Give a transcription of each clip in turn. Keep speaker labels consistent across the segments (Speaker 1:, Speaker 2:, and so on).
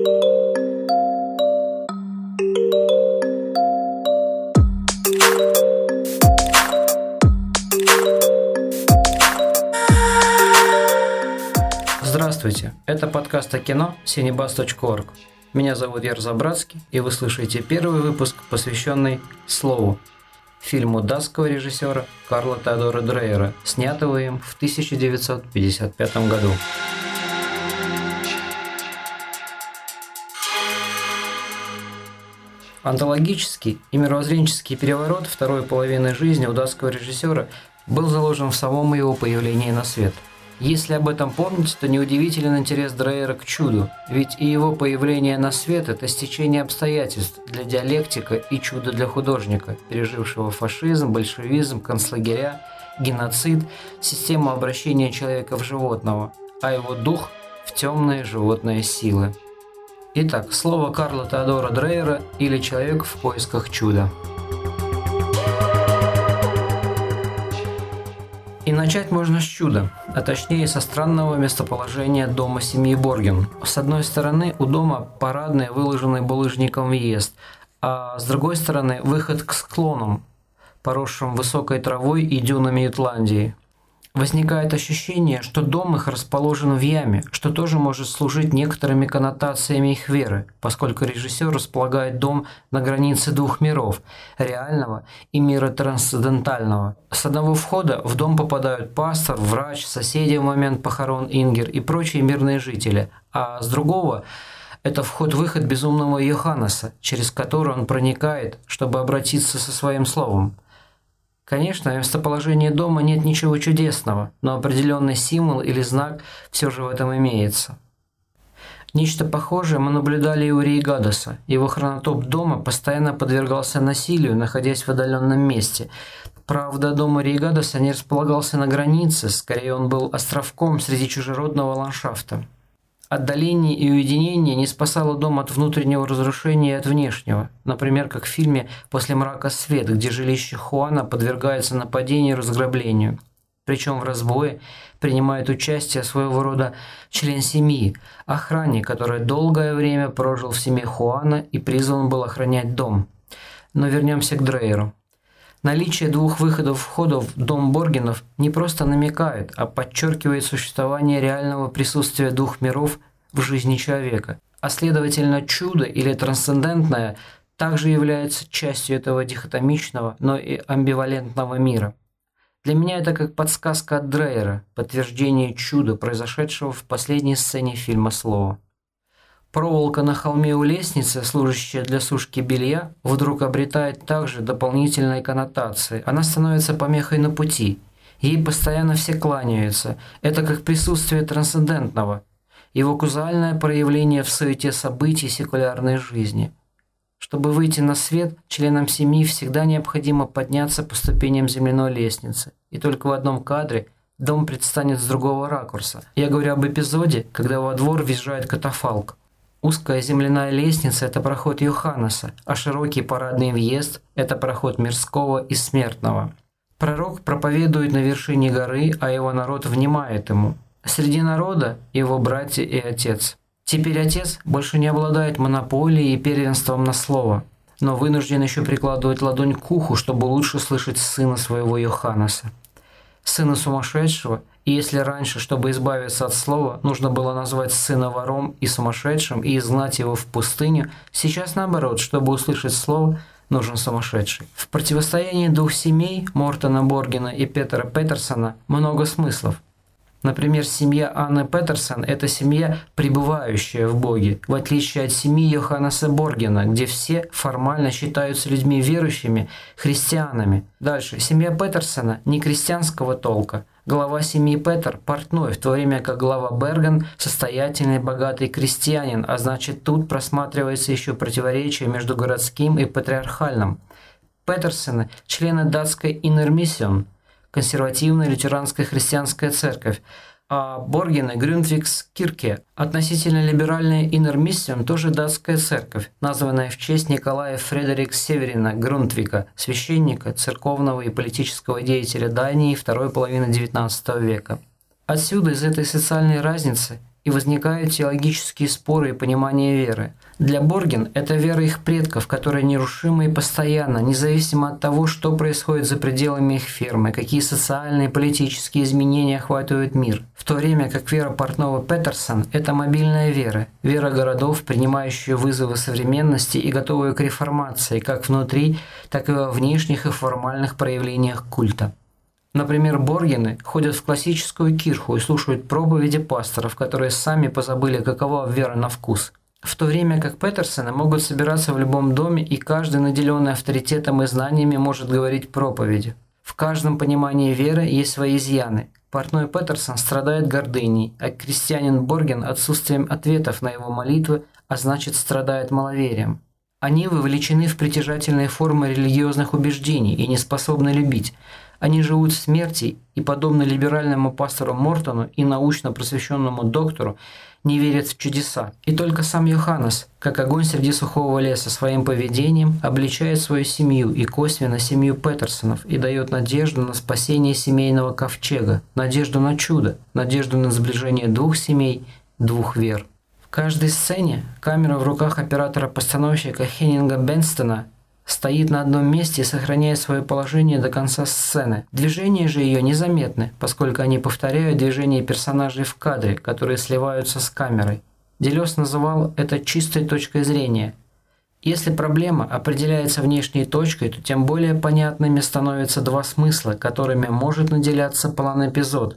Speaker 1: Здравствуйте, это подкаст о кино cinebuzz.org. Меня зовут Яр Забрацкий, и вы слушаете первый выпуск, посвященный «Слову», фильму датского режиссера Карла Теодора Дрейера, снятого им в 1955 году. Онтологический и мировоззренческий переворот второй половины жизни у датского режиссера был заложен в самом его появлении на свет. Если об этом помнить, то неудивителен интерес Дрейера к чуду, ведь и его появление на свет – это стечение обстоятельств для диалектика и чудо для художника, пережившего фашизм, большевизм, концлагеря, геноцид, систему обращения человека в животного, а его дух – в темные животные силы. Итак, слово Карла Теодора Дрейера или «Человек в поисках чуда». И начать можно с чуда, а точнее со странного местоположения дома семьи Борген. С одной стороны, у дома парадный, выложенный булыжником въезд, а с другой стороны, выход к склонам, поросшим высокой травой и дюнами Ютландии. Возникает ощущение, что дом их расположен в яме, что тоже может служить некоторыми коннотациями их веры, поскольку режиссер располагает дом на границе двух миров – реального и мира трансцендентального. С одного входа в дом попадают пастор, врач, соседи в момент похорон Ингер и прочие мирные жители, а с другого – это вход-выход безумного Йоханнеса, через который он проникает, чтобы обратиться со своим словом. Конечно, в местоположении дома нет ничего чудесного, но определенный символ или знак все же в этом имеется. Нечто похожее мы наблюдали и у Рейгадаса. Его хронотоп дома постоянно подвергался насилию, находясь в отдаленном месте. Правда, дом Рейгадаса не располагался на границе, скорее он был островком среди чужеродного ландшафта. Отдаление и уединение не спасало дом от внутреннего разрушения и от внешнего, например, как в фильме «После мрака свет», где жилище Хуана подвергается нападению и разграблению. Причем в разбое принимает участие своего рода член семьи, охранник, который долгое время прожил в семье Хуана и призван был охранять дом. Но вернемся к Дрейеру. Наличие двух выходов-входов в дом Боргенов не просто намекает, а подчеркивает существование реального присутствия двух миров в жизни человека. А следовательно, чудо или трансцендентное также является частью этого дихотомичного, но и амбивалентного мира. Для меня это как подсказка от Дрейера, подтверждение чуда, произошедшего в последней сцене фильма «Слово». Проволока на холме у лестницы, служащая для сушки белья, вдруг обретает также дополнительные коннотации. Она становится помехой на пути. Ей постоянно все кланяются. Это как присутствие трансцендентного, его каузальное проявление в суете событий секулярной жизни. Чтобы выйти на свет, членам семьи всегда необходимо подняться по ступеням земляной лестницы. И только в одном кадре дом предстанет с другого ракурса. Я говорю об эпизоде, когда во двор въезжает катафалк. Узкая земляная лестница – это проход Йоханнеса, а широкий парадный въезд – это проход мирского и смертного. Пророк проповедует на вершине горы, а его народ внимает ему. Среди народа – его братья и отец. Теперь отец больше не обладает монополией и первенством на слово, но вынужден еще прикладывать ладонь к уху, чтобы лучше слышать сына своего Йоханнеса. Сына сумасшедшего, и если раньше, чтобы избавиться от слова, нужно было назвать сына вором и сумасшедшим и изгнать его в пустыню, сейчас наоборот, чтобы услышать слово, нужен сумасшедший. В противостоянии двух семей, Мортона Боргена и Петера Петерсона, много смыслов. Например, семья Анны Петерсон – это семья, пребывающая в Боге, в отличие от семьи Йоханнеса Боргена, где все формально считаются людьми верующими, христианами. Дальше. Семья Петерсона не крестьянского толка. Глава семьи Петер – портной, в то время как глава Берген – состоятельный, богатый крестьянин, а значит тут просматривается еще противоречие между городским и патриархальным. Петерсоны – члены датской Inner Mission, консервативная лютеранская христианская церковь, а Боргены Грюндвикскирке, относительно либеральная Inner Mission, тоже датская церковь, названная в честь Николая Фредерика Северина Грундвика, священника, церковного и политического деятеля Дании второй половины XIX века. Отсюда, из этой социальной разницы, и возникают теологические споры и понимание веры. Для Борген это вера их предков, которая нерушима и постоянна, независимо от того, что происходит за пределами их фермы, какие социальные и политические изменения охватывают мир. В то время как вера портного Петерсон – это мобильная вера, вера городов, принимающая вызовы современности и готовая к реформации как внутри, так и во внешних и формальных проявлениях культа. Например, Боргены ходят в классическую кирху и слушают проповеди пасторов, которые сами позабыли, какова вера на вкус. В то время как Петерсоны могут собираться в любом доме, и каждый, наделенный авторитетом и знаниями, может говорить проповеди. В каждом понимании веры есть свои изъяны. Портной Петерсон страдает гордыней, а крестьянин Борген – отсутствием ответов на его молитвы, а значит страдает маловерием. Они вовлечены в притяжательные формы религиозных убеждений и не способны любить. Они живут в смерти и, подобно либеральному пастору Мортону и научно просвещенному доктору, не верят в чудеса. И только сам Йоханнес, как огонь среди сухого леса, своим поведением обличает свою семью и косвенно семью Петерсонов и дает надежду на спасение семейного ковчега, надежду на чудо, надежду на сближение двух семей, двух вер. В каждой сцене камера в руках оператора-постановщика Хеннинга Бенстона стоит на одном месте и сохраняет свое положение до конца сцены. Движения же ее незаметны, поскольку они повторяют движения персонажей в кадре, которые сливаются с камерой. Делес называл это чистой точкой зрения. Если проблема определяется внешней точкой, то тем более понятными становятся два смысла, которыми может наделяться план-эпизод.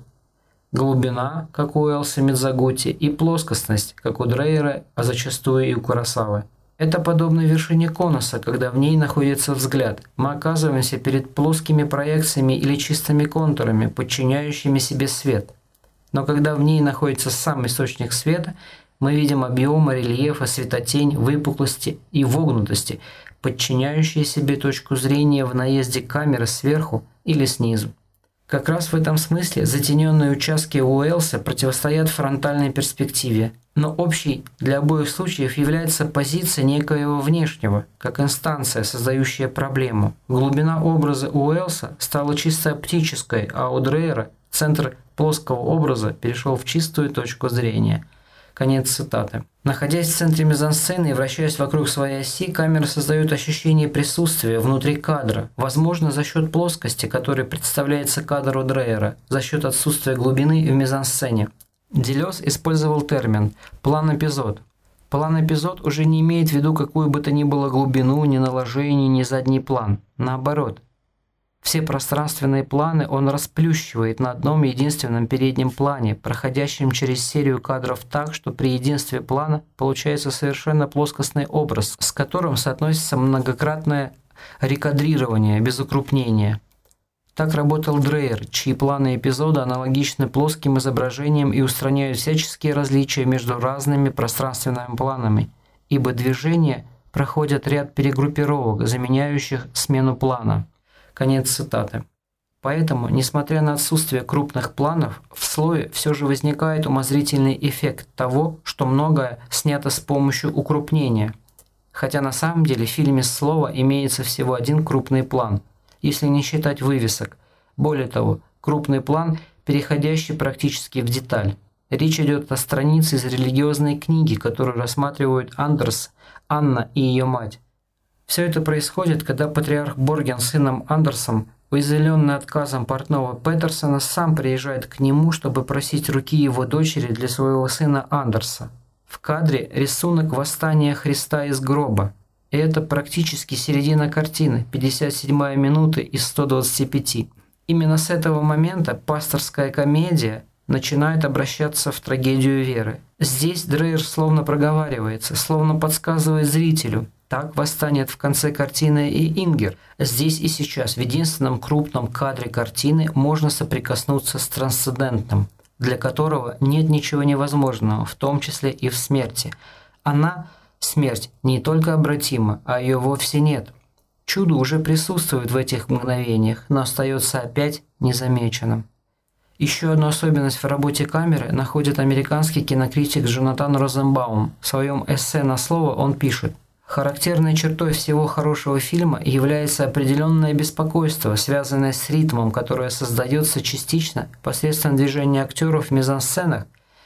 Speaker 1: Глубина, как у Уэллса Мидзагути, и плоскостность, как у Дрейера, а зачастую и у Куросавы. Это подобно вершине конуса, когда в ней находится взгляд. Мы оказываемся перед плоскими проекциями или чистыми контурами, подчиняющими себе свет. Но когда в ней находится сам источник света, мы видим объемы рельефа, светотень, выпуклости и вогнутости, подчиняющие себе точку зрения в наезде камеры сверху или снизу. Как раз в этом смысле затененные участки Уэллса противостоят фронтальной перспективе, но общей для обоих случаев является позиция некоего внешнего, как инстанция, создающая проблему. Глубина образа Уэллса стала чисто оптической, а у Дрейера центр плоского образа перешел в чистую точку зрения. Конец цитаты. Находясь в центре мизансцены и вращаясь вокруг своей оси, камера создает ощущение присутствия внутри кадра, возможно, за счет плоскости, которая представляется кадру Дрейера, за счет отсутствия глубины в мизансцене. Делес использовал термин «план-эпизод». План-эпизод уже не имеет в виду какую бы то ни было глубину, ни наложение, ни задний план. Наоборот. Все пространственные планы он расплющивает на одном единственном переднем плане, проходящем через серию кадров так, что при единстве плана получается совершенно плоскостный образ, с которым соотносится многократное рекадрирование без укрупнения. Так работал Дрейер, чьи планы эпизода аналогичны плоским изображениям и устраняют всяческие различия между разными пространственными планами, ибо движения проходят ряд перегруппировок, заменяющих смену плана. Конец цитаты. Поэтому, несмотря на отсутствие крупных планов, в слое все же возникает умозрительный эффект того, что многое снято с помощью укрупнения. Хотя на самом деле в фильме «Слово» имеется всего один крупный план, если не считать вывесок. Более того, крупный план, переходящий практически в деталь. Речь идет о странице из религиозной книги, которую рассматривают Андерс, Анна и ее мать. Все это происходит, когда патриарх Борген с сыном Андерсом, уязвленный отказом портного Петерсона, сам приезжает к нему, чтобы просить руки его дочери для своего сына Андерса. В кадре рисунок восстания Христа из гроба. И это практически середина картины, 57-я минута из 125. Именно с этого момента пасторская комедия начинает обращаться в трагедию веры. Здесь Дрейер словно проговаривается, словно подсказывает зрителю. Так восстанет в конце картины и Ингер. Здесь и сейчас, в единственном крупном кадре картины, можно соприкоснуться с трансцендентным, для которого нет ничего невозможного, в том числе и в смерти. Она, смерть, не только обратима, а ее вовсе нет. Чудо уже присутствует в этих мгновениях, но остается опять незамеченным. Еще одну особенность в работе камеры находит американский кинокритик Джонатан Розенбаум. В своем эссе на слово он пишет: характерной чертой всего хорошего фильма является определенное беспокойство, связанное с ритмом, которое создается частично посредством движения актеров в мизансценах,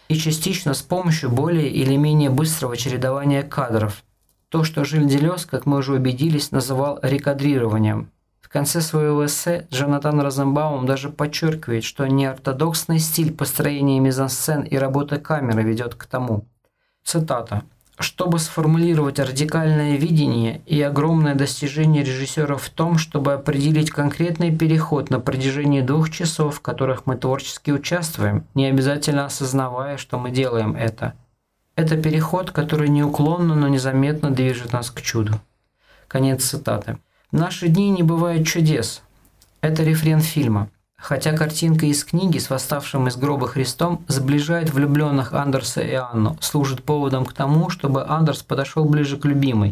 Speaker 1: и частично с помощью более или менее быстрого чередования кадров. То, что Жиль Делез, как мы уже убедились, называл рекадрированием. В конце своего эссе Джонатан Розенбаум даже подчеркивает, что неортодоксный стиль построения мизансцен и работы камеры ведет к тому. Цитата. «Чтобы сформулировать радикальное видение и огромное достижение режиссера в том, чтобы определить конкретный переход на протяжении 2 часов, в которых мы творчески участвуем, не обязательно осознавая, что мы делаем это. Это переход, который неуклонно, но незаметно движет нас к чуду». Конец цитаты. В наши дни не бывает чудес. Это рефрен фильма. Хотя картинка из книги с восставшим из гроба Христом сближает влюбленных Андерса и Анну, служит поводом к тому, чтобы Андерс подошел ближе к любимой.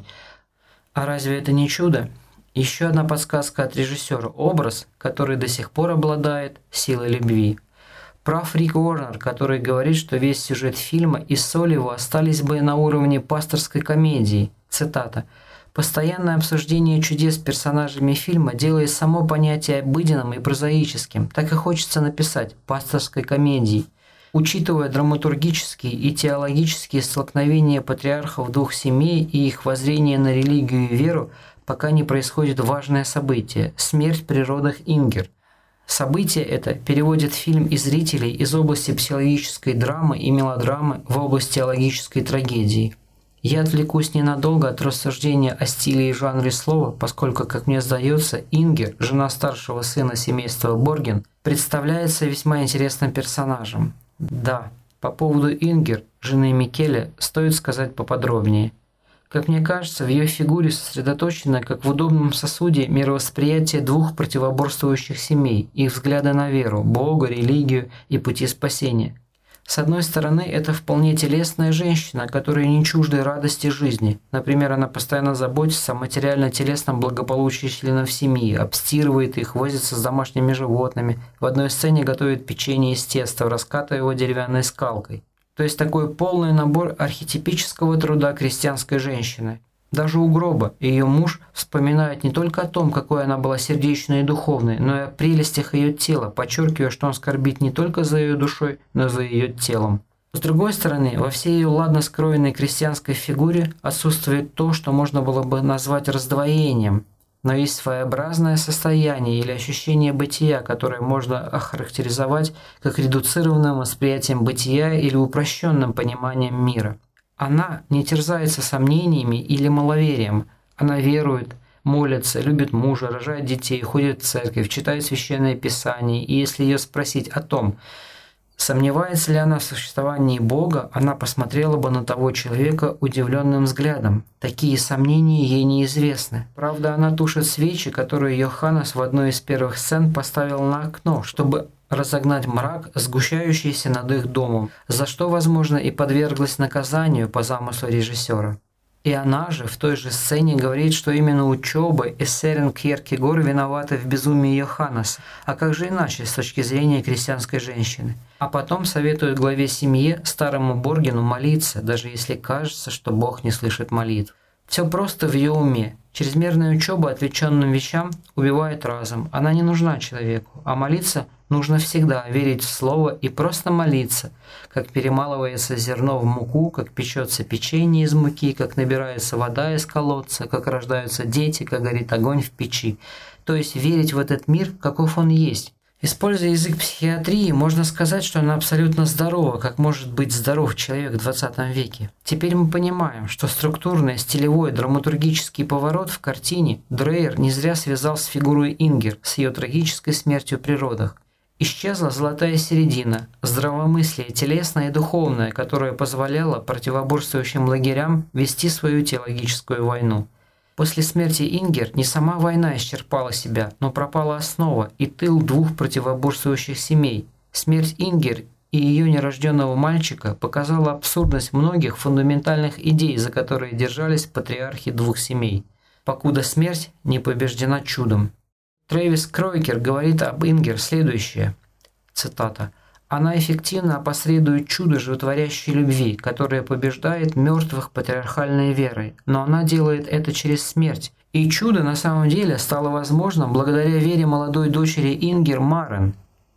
Speaker 1: А разве это не чудо? Еще одна подсказка от режиссера – образ, который до сих пор обладает силой любви. Прав Рик Уорнер, который говорит, что весь сюжет фильма и соль его остались бы на уровне пасторской комедии. Цитата. «Постоянное обсуждение чудес персонажами фильма делает само понятие обыденным и прозаическим. Так и хочется написать «пасторской комедии». Учитывая драматургические и теологические столкновения патриархов 2 семей и их воззрение на религию и веру, пока не происходит важное событие – смерть при родах Ингер. Событие это переводит фильм и зрителей из области психологической драмы и мелодрамы в область теологической трагедии. Я отвлекусь ненадолго от рассуждения о стиле и жанре слова, поскольку, как мне сдается, Ингер, жена старшего сына семейства Борген, представляется весьма интересным персонажем. Да, по поводу Ингер, жены Микеле, стоит сказать поподробнее. Как мне кажется, в ее фигуре сосредоточено, как в удобном сосуде, мировосприятие 2 противоборствующих семей, их взгляды на веру, Бога, религию и пути спасения. С одной стороны, это вполне телесная женщина, которая не чужда радости жизни. Например, она постоянно заботится о материально-телесном благополучии членов семьи, обстирывает их, возится с домашними животными, в одной сцене готовит печенье из теста, раскатывая его деревянной скалкой. То есть такой полный набор архетипического труда крестьянской женщины. Даже у гроба ее муж вспоминает не только о том, какой она была сердечной и духовной, но и о прелестях ее тела, подчеркивая, что он скорбит не только за ее душой, но и за ее телом. С другой стороны, во всей ее ладно скроенной крестьянской фигуре отсутствует то, что можно было бы назвать раздвоением, но есть своеобразное состояние или ощущение бытия, которое можно охарактеризовать как редуцированным восприятием бытия или упрощенным пониманием мира. Она не терзается сомнениями или маловерием. Она верует, молится, любит мужа, рожает детей, ходит в церковь, читает Священное Писание. И если ее спросить о том, сомневается ли она в существовании Бога, она посмотрела бы на того человека удивленным взглядом. Такие сомнения ей неизвестны. Правда, она тушит свечи, которые Йоханнес в одной из первых сцен поставил на окно, чтобы разогнать мрак, сгущающийся над их домом, за что, возможно, и подверглась наказанию по замыслу режиссера. И она же в той же сцене говорит, что именно учеба и Сэрен Кьеркегор виноваты в безумии Йоханнеса, а как же иначе с точки зрения крестьянской женщины. А потом советует главе семьи, старому Боргену, молиться, даже если кажется, что Бог не слышит молитв. Все просто в ее уме. Чрезмерная учеба отвлеченным вещам убивает разум. Она не нужна человеку, а молиться нужно всегда, верить в слово и просто молиться, как перемалывается зерно в муку, как печется печенье из муки, как набирается вода из колодца, как рождаются дети, как горит огонь в печи. То есть верить в этот мир, каков он есть. Используя язык психиатрии, можно сказать, что она абсолютно здорова, как может быть здоров человек в 20 веке. Теперь мы понимаем, что структурный, стилевой, драматургический поворот в картине Дрейер не зря связал с фигурой Ингер, с ее трагической смертью при родах. Исчезла золотая середина, здравомыслие телесное и духовное, которое позволяло противоборствующим лагерям вести свою теологическую войну. После смерти Ингер не сама война исчерпала себя, но пропала основа и тыл 2 противоборствующих семей. Смерть Ингер и ее нерожденного мальчика показала абсурдность многих фундаментальных идей, за которые держались патриархи 2 семей, покуда смерть не побеждена чудом. Трэвис Кройкер говорит об Ингер следующее, цитата, «Она эффективно опосредует чудо животворящей любви, которое побеждает мертвых патриархальной верой, но она делает это через смерть. И чудо на самом деле стало возможным благодаря вере молодой дочери Ингер Марен.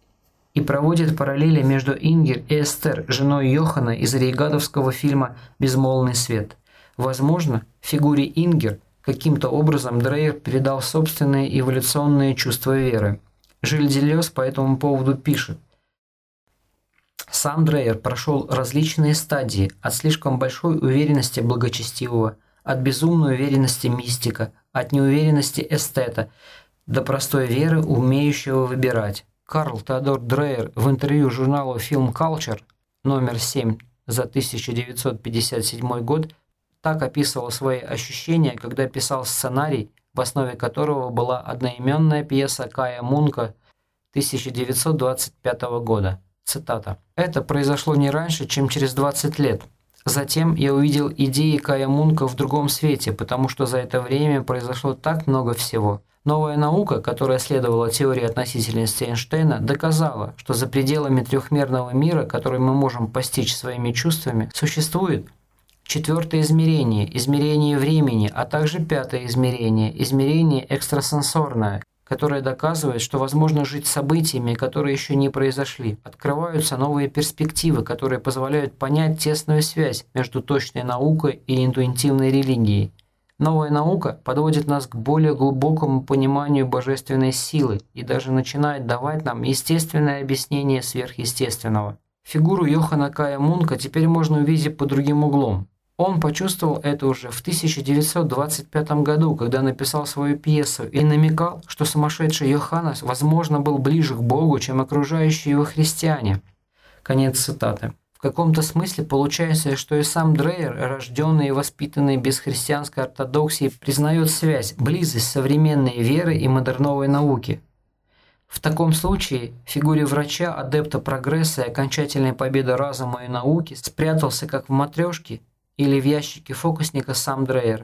Speaker 1: и проводит параллели между Ингер и Эстер, женой Йохана из рейгадовского фильма «Безмолвный свет». Возможно, в фигуре Ингер каким-то образом Дрейер передал собственные эволюционные чувства веры. Жиль Делез по этому поводу пишет: «Сам Дрейер прошел различные стадии от слишком большой уверенности благочестивого, от безумной уверенности мистика, от неуверенности эстета до простой веры, умеющего выбирать». Карл Теодор Дрейер в интервью журналу Film Culture номер 7 за 1957 год так описывал свои ощущения, когда писал сценарий, в основе которого была одноименная пьеса Кая Мунка 1925 года. Цитата. «Это произошло не раньше, чем через 20 лет. Затем я увидел идеи Кая Мунка в другом свете, потому что за это время произошло так много всего. Новая наука, которая следовала теории относительности Эйнштейна, доказала, что за пределами трехмерного мира, который мы можем постичь своими чувствами, существует четвертое измерение – измерение времени, а также пятое измерение – измерение экстрасенсорное, которое доказывает, что возможно жить событиями, которые еще не произошли. Открываются новые перспективы, которые позволяют понять тесную связь между точной наукой и интуитивной религией. Новая наука подводит нас к более глубокому пониманию божественной силы и даже начинает давать нам естественное объяснение сверхъестественного. Фигуру Йохана Кая Мунка теперь можно увидеть под другим углом. Он почувствовал это уже в 1925 году, когда написал свою пьесу и намекал, что сумасшедший Йоханнес, возможно, был ближе к Богу, чем окружающие его христиане. Конец цитаты. В каком-то смысле получается, что и сам Дрейер, рожденный и воспитанный без христианской ортодоксии, признает связь, близость современной веры и модерновой науки. В таком случае в фигуре врача, адепта прогресса и окончательной победы разума и науки спрятался как в матрешке или в ящике фокусника сам Дрейер.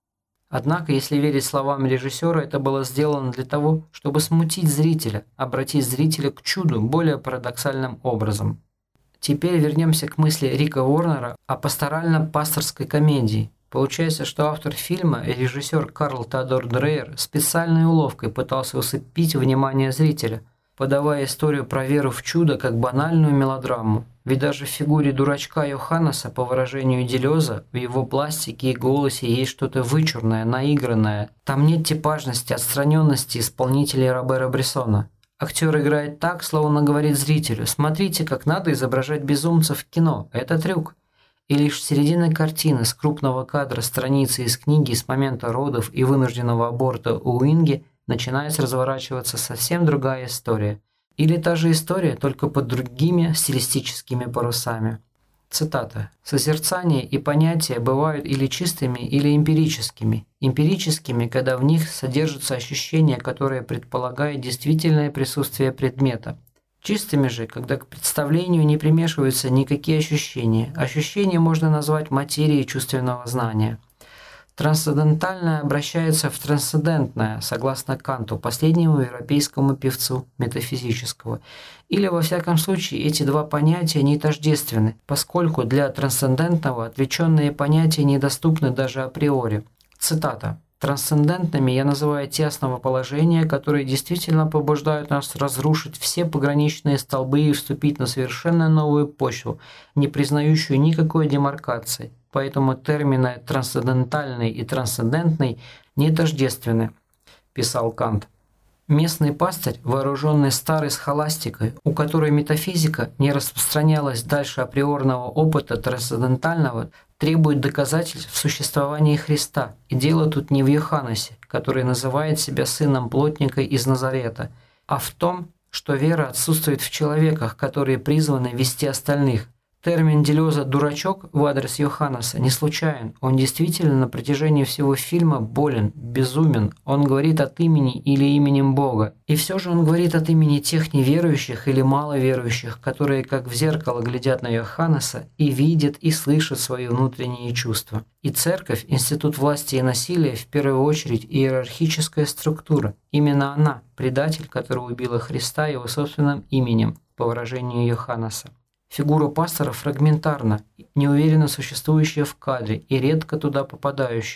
Speaker 1: Однако, если верить словам режиссера, это было сделано для того, чтобы смутить зрителя, обратить зрителя к чуду более парадоксальным образом. Теперь вернемся к мысли Рика Уорнера о пасторально-пасторской комедии. Получается, что автор фильма и режиссер Карл Теодор Дрейер специальной уловкой пытался усыпить внимание зрителя, подавая историю про веру в чудо как банальную мелодраму. Ведь даже в фигуре дурачка Йоханнеса, по выражению Делеза, в его пластике и голосе есть что-то вычурное, наигранное. Там нет типажности, отстраненности исполнителей Робера Брессона. Актер играет так, словно говорит зрителю: «Смотрите, как надо изображать безумцев в кино, это трюк». И лишь с середины картины, с крупного кадра страницы из книги с момента родов и вынужденного аборта у Инги начинает разворачиваться совсем другая история. Или та же история, только под другими стилистическими парусами. Цитата. «Созерцание и понятия бывают или чистыми, или эмпирическими. Эмпирическими, когда в них содержится ощущение, которое предполагает действительное присутствие предмета. Чистыми же, когда к представлению не примешиваются никакие ощущения. Ощущения можно назвать материей чувственного знания. Трансцендентальное обращается в трансцендентное, согласно Канту, последнему европейскому певцу метафизического. Или, во всяком случае, эти два понятия не тождественны, поскольку для трансцендентного отвлеченные понятия недоступны даже априори». Цитата. «Трансцендентными я называю те основоположения, которые действительно побуждают нас разрушить все пограничные столбы и вступить на совершенно новую почву, не признающую никакой демаркации. Поэтому термины трансцендентальный и трансцендентный не тождественны», – писал Кант. Местный пастырь, вооруженный старой схоластикой, у которой метафизика не распространялась дальше априорного опыта трансцендентального, требует доказательств в существовании Христа. И дело тут не в Йоханнесе, который называет себя сыном плотника из Назарета, а в том, что вера отсутствует в человеках, которые призваны вести остальных. Термин Делеза «дурачок» в адрес Йоханнеса не случайен. Он действительно на протяжении всего фильма болен, безумен. Он говорит от имени или именем Бога. И все же он говорит от имени тех неверующих или маловерующих, которые как в зеркало глядят на Йоханнеса и видят и слышат свои внутренние чувства. И церковь, институт власти и насилия, в первую очередь иерархическая структура. Именно она – предатель, который убила Христа его собственным именем, по выражению Йоханнеса. Фигура пастора фрагментарна, неуверенно существующая в кадре и редко туда попадающая.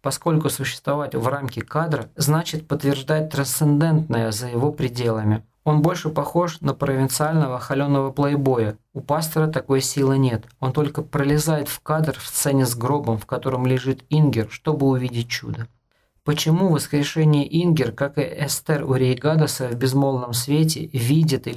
Speaker 1: поскольку существовать в рамке кадра значит подтверждать трансцендентное за его пределами. Он больше похож на провинциального холеного плейбоя. У пастора такой силы нет. Он только пролезает в кадр в сцене с гробом, в котором лежит Ингер, чтобы увидеть чудо. Почему воскрешение Ингер, как и Эстер у Рейгадаса в «Безмолвном свете», видит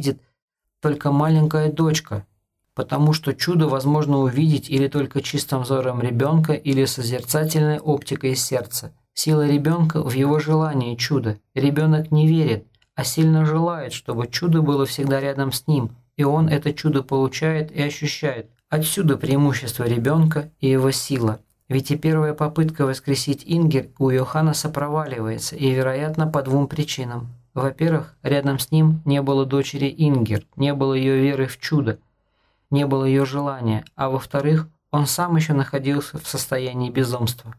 Speaker 1: только маленькая дочка? Потому что чудо возможно увидеть или только чистым взором ребенка, или созерцательной оптикой сердца. Сила ребенка в его желании чуда. Ребенок не верит, а сильно желает, чтобы чудо было всегда рядом с ним, и он это чудо получает и ощущает. Отсюда преимущество ребенка и его сила. Ведь и первая попытка воскресить Ингер у Йоханнеса проваливается, и, вероятно, по двум причинам. Во-первых, рядом с ним не было дочери Ингер, не было ее веры в чудо, не было ее желания, а во-вторых, он сам еще находился в состоянии безумства.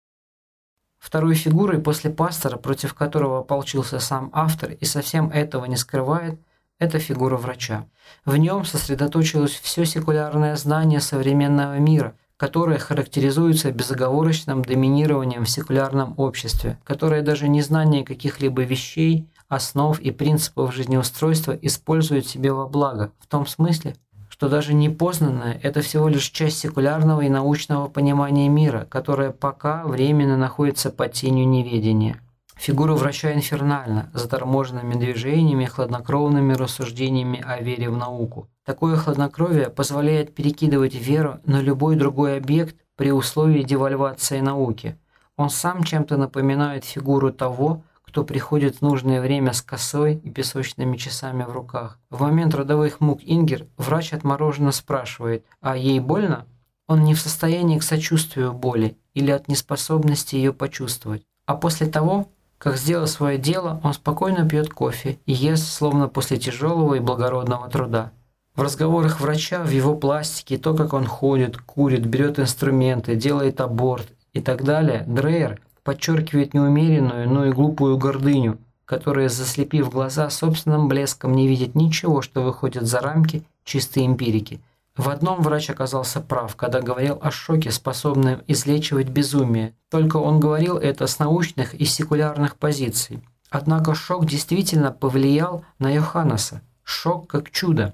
Speaker 1: Второй фигурой после пастора, против которого ополчился сам автор и совсем этого не скрывает, это фигура врача. В нем сосредоточилось все секулярное знание современного мира, которое характеризуется безоговорочным доминированием в секулярном обществе, которое даже незнание каких-либо вещей, основ и принципов жизнеустройства использует себе во благо, в том смысле, что даже непознанное – это всего лишь часть секулярного и научного понимания мира, которое пока временно находится под тенью неведения. Фигура врача инфернальна, заторможенными движениями и хладнокровными рассуждениями о вере в науку. Такое хладнокровие позволяет перекидывать веру на любой другой объект при условии девальвации науки. Он сам чем-то напоминает фигуру того, кто приходит в нужное время с косой и песочными часами в руках. В момент родовых мук Ингер врач отмороженно спрашивает: «А ей больно?» Он не в состоянии к сочувствию боли или от неспособности ее почувствовать. А после того, как сделал свое дело, он спокойно пьет кофе и ест, словно после тяжелого и благородного труда. В разговорах врача, в его пластике, то, как он ходит, курит, берет инструменты, делает аборт и так далее, Дрейер подчеркивает неумеренную, но и глупую гордыню, которая, заслепив глаза, собственным блеском не видит ничего, что выходит за рамки чистой эмпирики. В одном врач оказался прав, когда говорил о шоке, способном излечивать безумие. Только он говорил это с научных и секулярных позиций. Однако шок действительно повлиял на Йоханнеса. Шок как чудо.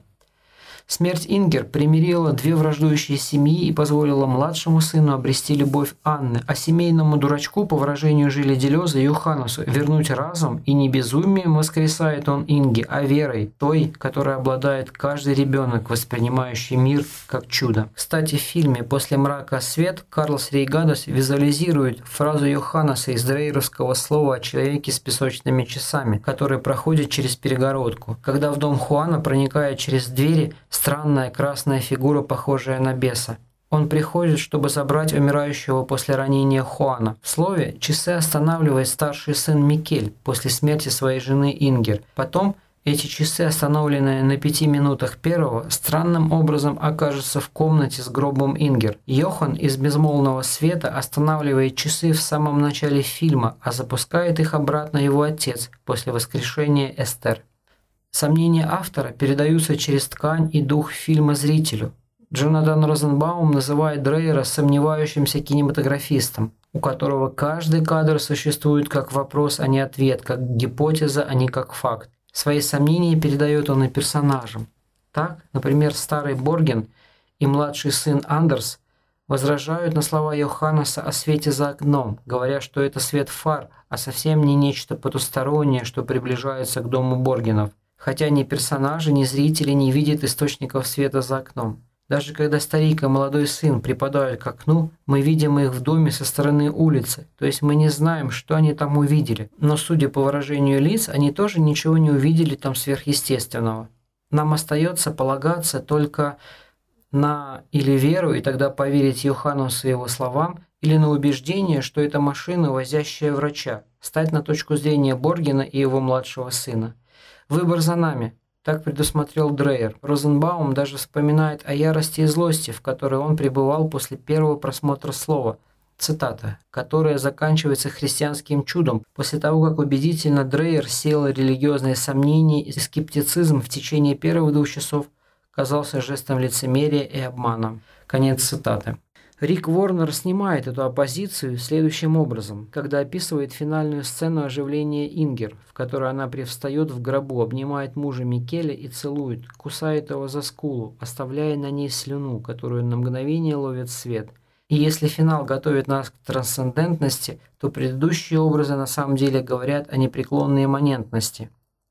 Speaker 1: Смерть Ингер примирила две враждующие семьи и позволила младшему сыну обрести любовь Анны, а семейному дурачку, по выражению Жиля Делеза, Йоханнесу, вернуть разум, и не безумием воскресает он Инги, а верой, той, которой обладает каждый ребенок, воспринимающий мир как чудо. Кстати, в фильме «После мрака свет» Карлос Рейгадас визуализирует фразу Йоханнеса из дрейеровского слова о человеке с песочными часами, который проходит через перегородку. Когда в дом Хуана проникает через двери странная красная фигура, похожая на беса. Он приходит, чтобы забрать умирающего после ранения Хуана. В слове часы останавливает старший сын Микель после смерти своей жены Ингер. Потом эти часы, остановленные на 5 минутах первого, странным образом окажутся в комнате с гробом Ингер. Йохан из «Безмолвного света» останавливает часы в самом начале фильма, а запускает их обратно его отец после воскрешения Эстер. Сомнения автора передаются через ткань и дух фильма зрителю. Джонатан Розенбаум называет Дрейера сомневающимся кинематографистом, у которого каждый кадр существует как вопрос, а не ответ, как гипотеза, а не как факт. Свои сомнения передает он и персонажам. Так, например, старый Борген и младший сын Андерс возражают на слова Йоханнеса о свете за окном, говоря, что это свет фар, а совсем не нечто потустороннее, что приближается к дому Боргенов. Хотя ни персонажи, ни зрители не видят источников света за окном. Даже когда старик и молодой сын припадают к окну, мы видим их в доме со стороны улицы, то есть мы не знаем, что они там увидели. Но судя по выражению лиц, они тоже ничего не увидели там сверхъестественного. Нам остается полагаться только на или веру, и тогда поверить Йоханнесу и его словам, или на убеждение, что это машина, возящая врача, стать на точку зрения Боргена и его младшего сына. Выбор за нами. Так предусмотрел Дрейер. Розенбаум даже вспоминает о ярости и злости, в которой он пребывал после первого просмотра слова. Цитата, которая заканчивается христианским чудом, после того, как убедительно Дрейер сеял религиозные сомнения и скептицизм в течение первых 2 часов казался жестом лицемерия и обмана. Конец цитаты. Рик Уорнер снимает эту оппозицию следующим образом, когда описывает финальную сцену оживления Ингер, в которой она привстает в гробу, обнимает мужа Микеля и целует, кусает его за скулу, оставляя на ней слюну, которую на мгновение ловит свет. И если финал готовит нас к трансцендентности, то предыдущие образы на самом деле говорят о непреклонной имманентности.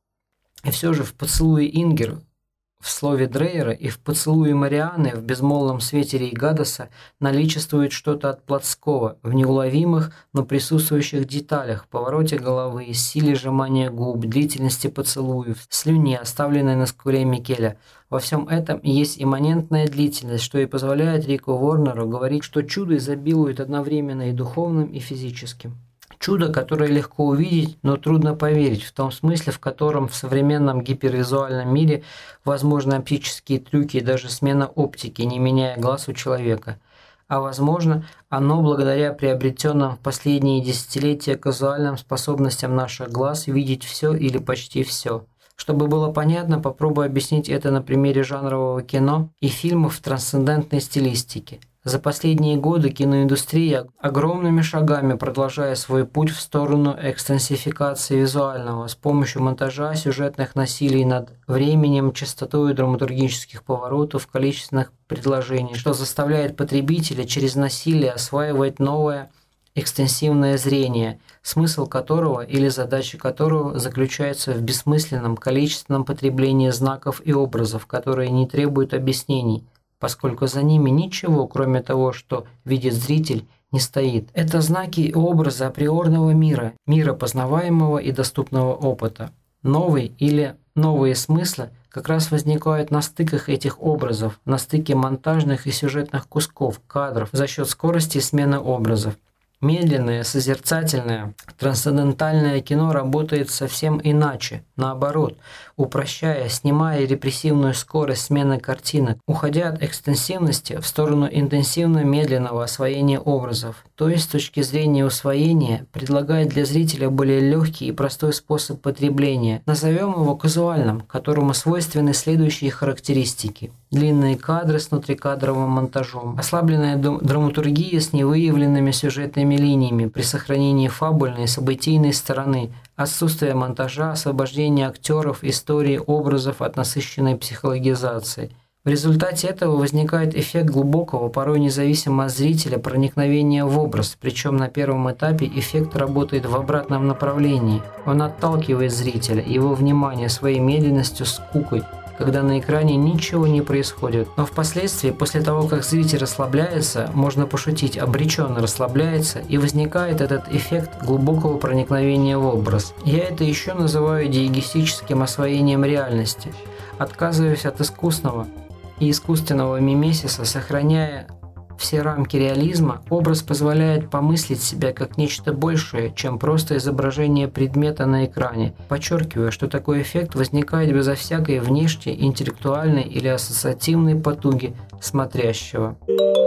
Speaker 1: И все же в поцелуе Ингер, в слове Дрейера и в поцелуе Марианны в безмолвном свете Рейгадаса наличествует что-то от плотского, в неуловимых, но присутствующих деталях, повороте головы, силе сжимания губ, длительности поцелуев, слюне, оставленной на скуле Микеля. Во всем этом есть имманентная длительность, что и позволяет Рику Уорнеру говорить, что чудо изобилует одновременно и духовным, и физическим. Чудо, которое легко увидеть, но трудно поверить, в том смысле, в котором в современном гипервизуальном мире возможны оптические трюки и даже смена оптики, не меняя глаз у человека. А возможно, оно благодаря приобретенным в последние десятилетия казуальным способностям наших глаз видеть все или почти все. Чтобы было понятно, попробую объяснить это на примере жанрового кино и фильмов в трансцендентной стилистике. За последние годы киноиндустрия огромными шагами продолжая свой путь в сторону экстенсификации визуального с помощью монтажа, сюжетных насилий над временем, частотой драматургических поворотов, количественных предложений, что заставляет потребителя через насилие осваивать новое экстенсивное зрение, смысл которого или задача которого заключается в бессмысленном количественном потреблении знаков и образов, которые не требуют объяснений, поскольку за ними ничего, кроме того, что видит зритель, не стоит. Это знаки и образы априорного мира, мира познаваемого и доступного опыта. Новый или новые смыслы как раз возникают на стыках этих образов, на стыке монтажных и сюжетных кусков, кадров, за счет скорости смены образов. Медленное, созерцательное, трансцендентальное кино работает совсем иначе, наоборот, упрощая, снимая репрессивную скорость смены картинок, уходя от экстенсивности в сторону интенсивно-медленного освоения образов, то есть с точки зрения усвоения предлагает для зрителя более легкий и простой способ потребления. Назовем его казуальным, которому свойственны следующие характеристики. Длинные кадры с внутрикадровым монтажом, ослабленная драматургия с невыявленными сюжетными линиями при сохранении фабульной и событийной стороны, отсутствие монтажа, освобождение актеров, истории, образов от насыщенной психологизации. В результате этого возникает эффект глубокого, порой независимо от зрителя, проникновения в образ, причем на первом этапе эффект работает в обратном направлении. Он отталкивает зрителя, его внимание своей медленностью, скукой, когда на экране ничего не происходит. Но впоследствии, после того, как зритель расслабляется, можно пошутить, обреченно расслабляется, и возникает этот эффект глубокого проникновения в образ. Я это еще называю диегестическим освоением реальности. Отказываясь от искусного и искусственного мимесиса, сохраняя все рамки реализма, образ позволяет помыслить себя как нечто большее, чем просто изображение предмета на экране, подчеркивая, что такой эффект возникает безо всякой внешней, интеллектуальной или ассоциативной потуги смотрящего.